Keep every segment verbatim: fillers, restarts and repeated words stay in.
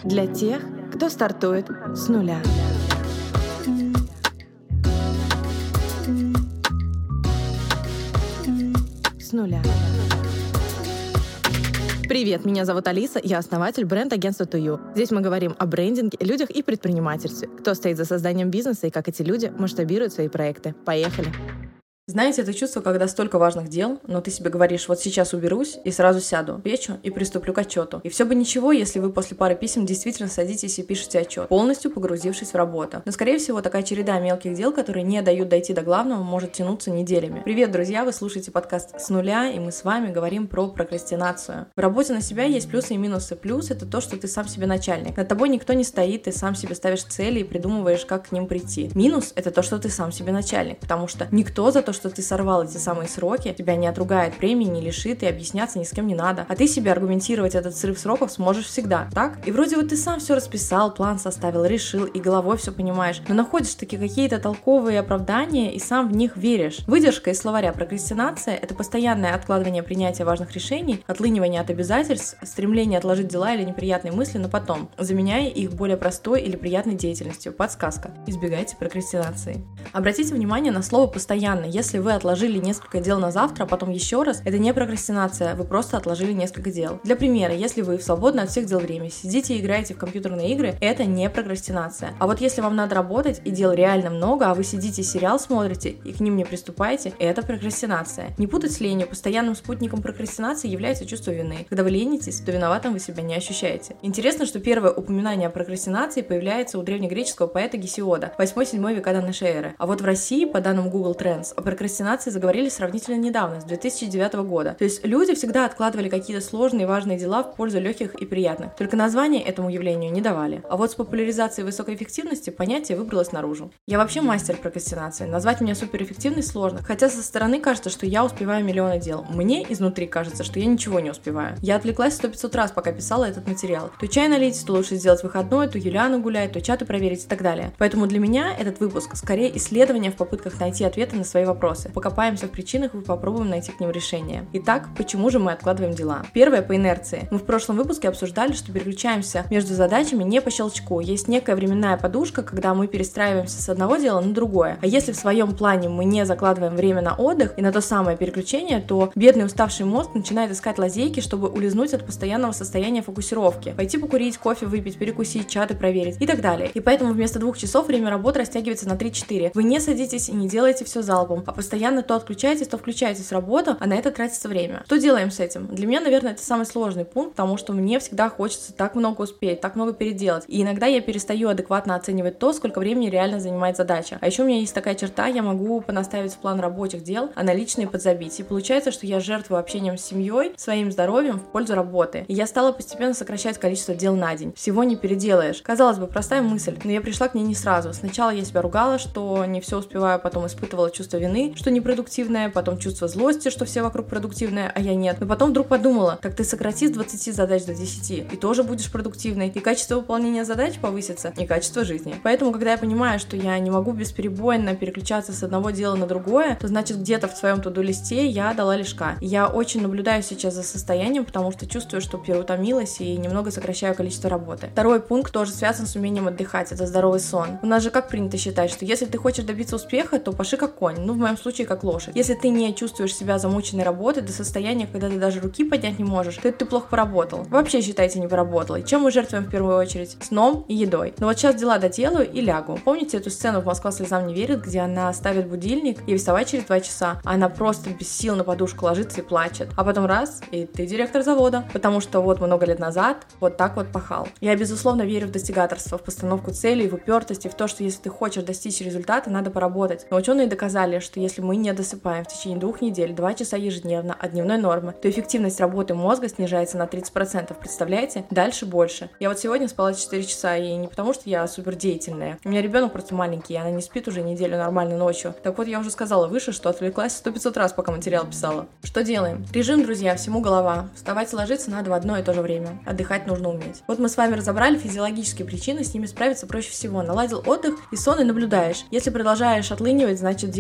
Для тех, кто стартует с нуля. С нуля. Привет, меня зовут Алиса, я основатель бренд-агентства ту ю. Здесь мы говорим о брендинге, людях и предпринимательстве. Кто стоит за созданием бизнеса и как эти люди масштабируют свои проекты. Поехали! Знаете, это чувство, когда столько важных дел, но ты себе говоришь, вот сейчас уберусь и сразу сяду, печу и приступлю к отчету. И все бы ничего, если вы после пары писем действительно садитесь и пишете отчет, полностью погрузившись в работу. Но, скорее всего, такая череда мелких дел, которые не дают дойти до главного, может тянуться неделями. Привет, друзья, вы слушаете подкаст «С нуля», и мы с вами говорим про прокрастинацию. В работе на себя есть плюсы и минусы. Плюс — это то, что ты сам себе начальник. Над тобой никто не стоит, ты сам себе ставишь цели и придумываешь, как к ним прийти. Минус — это то, что ты сам себе начальник, потому что никто за то, что ты сорвал эти самые сроки, тебя не отругает премии, не лишит, и объясняться ни с кем не надо. А ты себе аргументировать этот срыв сроков сможешь всегда, так? И вроде вот ты сам все расписал, план составил, решил, и головой все понимаешь, но находишь таки какие-то толковые оправдания и сам в них веришь. Выдержка из словаря прокрастинация — это постоянное откладывание принятия важных решений, отлынивание от обязательств, стремление отложить дела или неприятные мысли на потом, заменяя их более простой или приятной деятельностью. Подсказка: избегайте прокрастинации. Обратите внимание на слово «постоянно». Если вы отложили несколько дел на завтра, а потом еще раз, это не прокрастинация, вы просто отложили несколько дел. Для примера, если вы в свободное от всех дел время сидите и играете в компьютерные игры, это не прокрастинация. А вот если вам надо работать и дел реально много, а вы сидите сериал смотрите и к ним не приступаете, это прокрастинация. Не путать с ленью. Постоянным спутником прокрастинации является чувство вины. Когда вы ленитесь, то виноватым вы себя не ощущаете. Интересно, что первое упоминание о прокрастинации появляется у древнегреческого поэта Гесиода, восьмой-седьмой века до нашей эры. А вот в России, по данным Google Trends, о прокрастинации заговорили сравнительно недавно, с две тысячи девятого года. То есть люди всегда откладывали какие-то сложные и важные дела в пользу легких и приятных. Только название этому явлению не давали. А вот с популяризацией высокой эффективности понятие выбралось наружу. Я вообще мастер прокрастинации. Назвать меня суперэффективной сложно. Хотя со стороны кажется, что я успеваю миллионы дел. Мне изнутри кажется, что я ничего не успеваю. Я отвлеклась сто-пятьсот раз, пока писала этот материал. То чай налить, то лучше сделать выходной, то Юлиану гулять, то чаты проверить и так далее. Поэтому для меня этот выпуск скорее исследование в попытках найти ответы на свои вопросы. Покопаемся в причинах и попробуем найти к ним решение. Итак, почему же мы откладываем дела? Первое — по инерции. Мы в прошлом выпуске обсуждали, что переключаемся между задачами не по щелчку. Есть некая временная подушка, когда мы перестраиваемся с одного дела на другое. А если в своем плане мы не закладываем время на отдых и на то самое переключение, то бедный уставший мозг начинает искать лазейки, чтобы улизнуть от постоянного состояния фокусировки. Пойти покурить, кофе выпить, перекусить, чаты проверить и так далее. И поэтому вместо двух часов время работы растягивается на три-четыре. Вы не садитесь и не делаете все залпом, а постоянно то отключаетесь, то включаетесь в работу, а на это тратится время. Что делаем с этим? Для меня, наверное, это самый сложный пункт, потому что мне всегда хочется так много успеть, так много переделать. И иногда я перестаю адекватно оценивать то, сколько времени реально занимает задача. А еще у меня есть такая черта: я могу понаставить в план рабочих дел, а на личные подзабить. И получается, что я жертвую общением с семьей, своим здоровьем в пользу работы. И я стала постепенно сокращать количество дел на день. Всего не переделаешь. Казалось бы, простая мысль, но я пришла к ней не сразу. Сначала я себя ругала, что не все успеваю, потом испытывала чувство вины, что не продуктивная, потом чувство злости, что все вокруг продуктивные, а я нет. Но потом вдруг подумала, как ты сократи с двадцати задач до десяти, и тоже будешь продуктивной, и качество выполнения задач повысится, и качество жизни. Поэтому, когда я понимаю, что я не могу бесперебойно переключаться с одного дела на другое, то значит где-то в своем туду-листе я дала лишка. Я очень наблюдаю сейчас за состоянием, потому что чувствую, что переутомилась и немного сокращаю количество работы. Второй пункт тоже связан с умением отдыхать, это здоровый сон. У нас же как принято считать, что если ты хочешь добиться успеха, то паши как конь, ну в моем случае как лошадь. Если ты не чувствуешь себя замученной работой до состояния, когда ты даже руки поднять не можешь, то это ты плохо поработал. Вообще, считайте, не поработал. И чем мы жертвуем в первую очередь? Сном и едой. Но вот сейчас дела доделаю и лягу. Помните эту сцену в «Москва слезам не верит», где она ставит будильник и вставать через два часа, а она просто без сил на подушку ложится и плачет. А потом раз, и ты директор завода. Потому что вот много лет назад вот так вот пахал. Я, безусловно, верю в достигаторство, в постановку целей, в упертость и в то, что если ты хочешь достичь результата, надо поработать. Но ученые доказали, что если мы не досыпаем в течение двух недель два часа ежедневно от дневной нормы, то эффективность работы мозга снижается на тридцать процентов. Представляете? Дальше больше. Я вот сегодня спала четыре часа, и не потому, что я супер деятельная. У меня ребенок просто маленький, и она не спит уже неделю нормально ночью. Так вот, я уже сказала выше, что отвлеклась сто-пятьсот раз, пока материал писала. Что делаем? Режим, друзья, всему голова. Вставать и ложиться надо в одно и то же время. Отдыхать нужно уметь. Вот мы с вами разобрали физиологические причины, с ними справиться проще всего. Наладил отдых и сон, и наблюдаешь. Если продолжаешь отлынивать, значит дело в другом.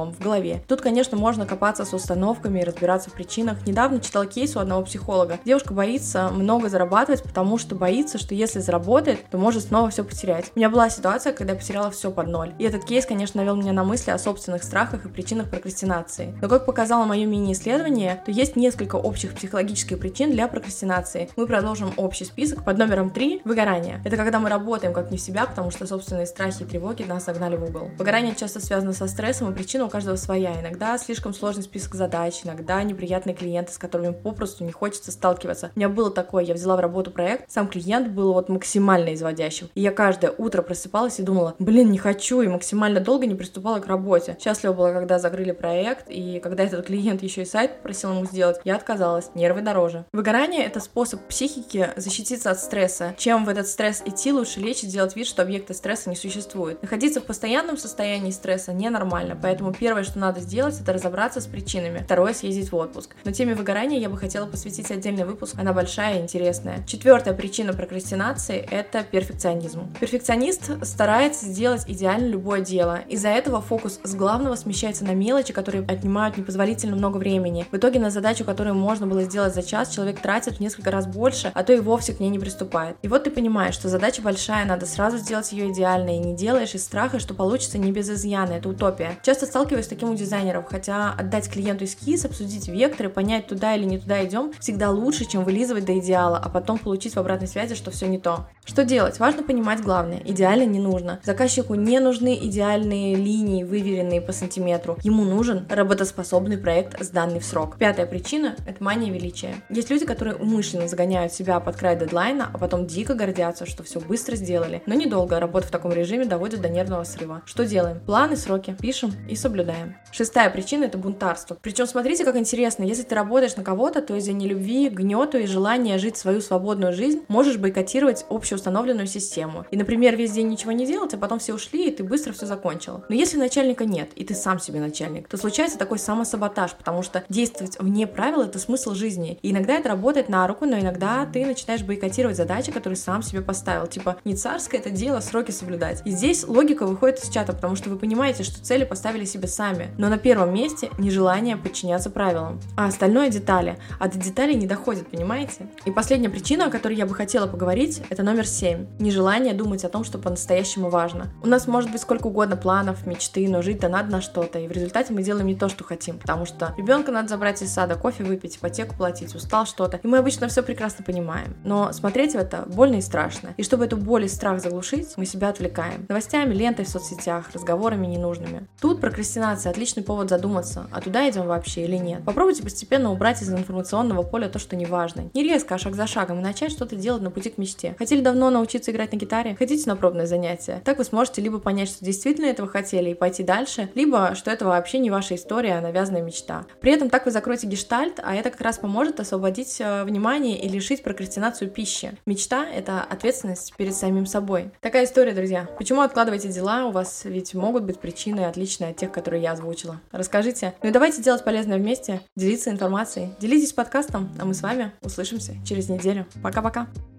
умом, в голове. Тут, конечно, можно копаться с установками и разбираться в причинах. Недавно читала кейс у одного психолога. Девушка боится много зарабатывать, потому что боится, что если заработает, то может снова все потерять. У меня была ситуация, когда я потеряла все под ноль. И этот кейс, конечно, навел меня на мысли о собственных страхах и причинах прокрастинации. Но как показало мое мини-исследование, то есть несколько общих психологических причин для прокрастинации. Мы продолжим общий список под номером три – выгорание. Это когда мы работаем как не в себя, потому что собственные страхи и тревоги нас загнали в угол. Выгорание часто связано со стрессом, и причина у каждого своя. Иногда слишком сложный список задач, иногда неприятные клиенты, с которыми попросту не хочется сталкиваться. У меня было такое, я взяла в работу проект, сам клиент был вот максимально изводящим. И я каждое утро просыпалась и думала, блин, не хочу, и максимально долго не приступала к работе. Счастлива была, когда закрыли проект, и когда этот клиент еще и сайт попросил ему сделать, я отказалась. Нервы дороже. Выгорание — это способ психики защититься от стресса. Чем в этот стресс идти, лучше лечь и делать вид, что объекта стресса не существует. Находиться в постоянном состоянии стресса ненормально, поэтому первое, что надо сделать, это разобраться с причинами. Второе — съездить в отпуск. Но теме выгорания я бы хотела посвятить отдельный выпуск, она большая и интересная. Четвертая причина прокрастинации — это перфекционизм. Перфекционист старается сделать идеально любое дело. Из-за этого фокус с главного смещается на мелочи, которые отнимают непозволительно много времени. В итоге на задачу, которую можно было сделать за час, человек тратит в несколько раз больше, а то и вовсе к ней не приступает. И вот ты понимаешь, что задача большая, надо сразу сделать ее идеальной, и не делаешь из страха, что получится не без изъяна, это утопия. Часто сталкиваюсь с таким у дизайнеров, хотя отдать клиенту эскиз, обсудить векторы, понять, туда или не туда идем, всегда лучше, чем вылизывать до идеала, а потом получить в обратной связи, что все не то. Что делать? Важно понимать главное. Идеально не нужно. Заказчику не нужны идеальные линии, выверенные по сантиметру. Ему нужен работоспособный проект, сданный в срок. Пятая причина – это мания величия. Есть люди, которые умышленно загоняют себя под край дедлайна, а потом дико гордятся, что все быстро сделали. Но недолго работа в таком режиме доводит до нервного срыва. Что делаем? Планы, сроки. Пишем и соблюдаем. Шестая причина – это бунтарство. Причем смотрите, как интересно. Если ты работаешь на кого-то, то из-за нелюбви, гнету и желания жить свою свободную жизнь можешь бойкотировать общеустановленную систему. И, например, весь день ничего не делать, а потом все ушли, и ты быстро все закончил. Но если начальника нет, и ты сам себе начальник, то случается такой самосаботаж, потому что действовать вне правил – это смысл жизни. И иногда это работает на руку, но иногда ты начинаешь бойкотировать задачи, которые сам себе поставил. Типа, не царское это дело сроки соблюдать. И здесь логика выходит из чата, потому что вы понимаете, что цели поставили себе сами. Но на первом месте нежелание подчиняться правилам. А остальное детали. А до деталей не доходит, понимаете? И последняя причина, о которой я бы хотела поговорить, это номер семь. Нежелание думать о том, что по-настоящему важно. У нас может быть сколько угодно планов, мечты, но жить-то надо на что-то. И в результате мы делаем не то, что хотим. Потому что ребенка надо забрать из сада, кофе выпить, ипотеку платить, устал что-то. И мы обычно все прекрасно понимаем. Но смотреть в это больно и страшно. И чтобы эту боль и страх заглушить, мы себя отвлекаем. Новостями, лентой в соцсетях, разговорами ненужными. Тут прокрастинация — отличный повод задуматься, а туда идем вообще или нет. Попробуйте постепенно убрать из информационного поля то, что не важно. Не резко, а шаг за шагом, и начать что-то делать на пути к мечте. Хотели давно научиться играть на гитаре? Хотите на пробное занятие? Так вы сможете либо понять, что действительно этого хотели и пойти дальше, либо что это вообще не ваша история, а навязанная мечта. При этом так вы закроете гештальт, а это как раз поможет освободить внимание и лишить прокрастинацию пищи. Мечта — это ответственность перед самим собой. Такая история, друзья. Почему откладываете дела? У вас ведь могут быть причины отличные от тех, которые я озвучила. Расскажите. Ну и давайте делать полезное вместе, делиться информацией. Делитесь подкастом, а мы с вами услышимся через неделю. Пока-пока.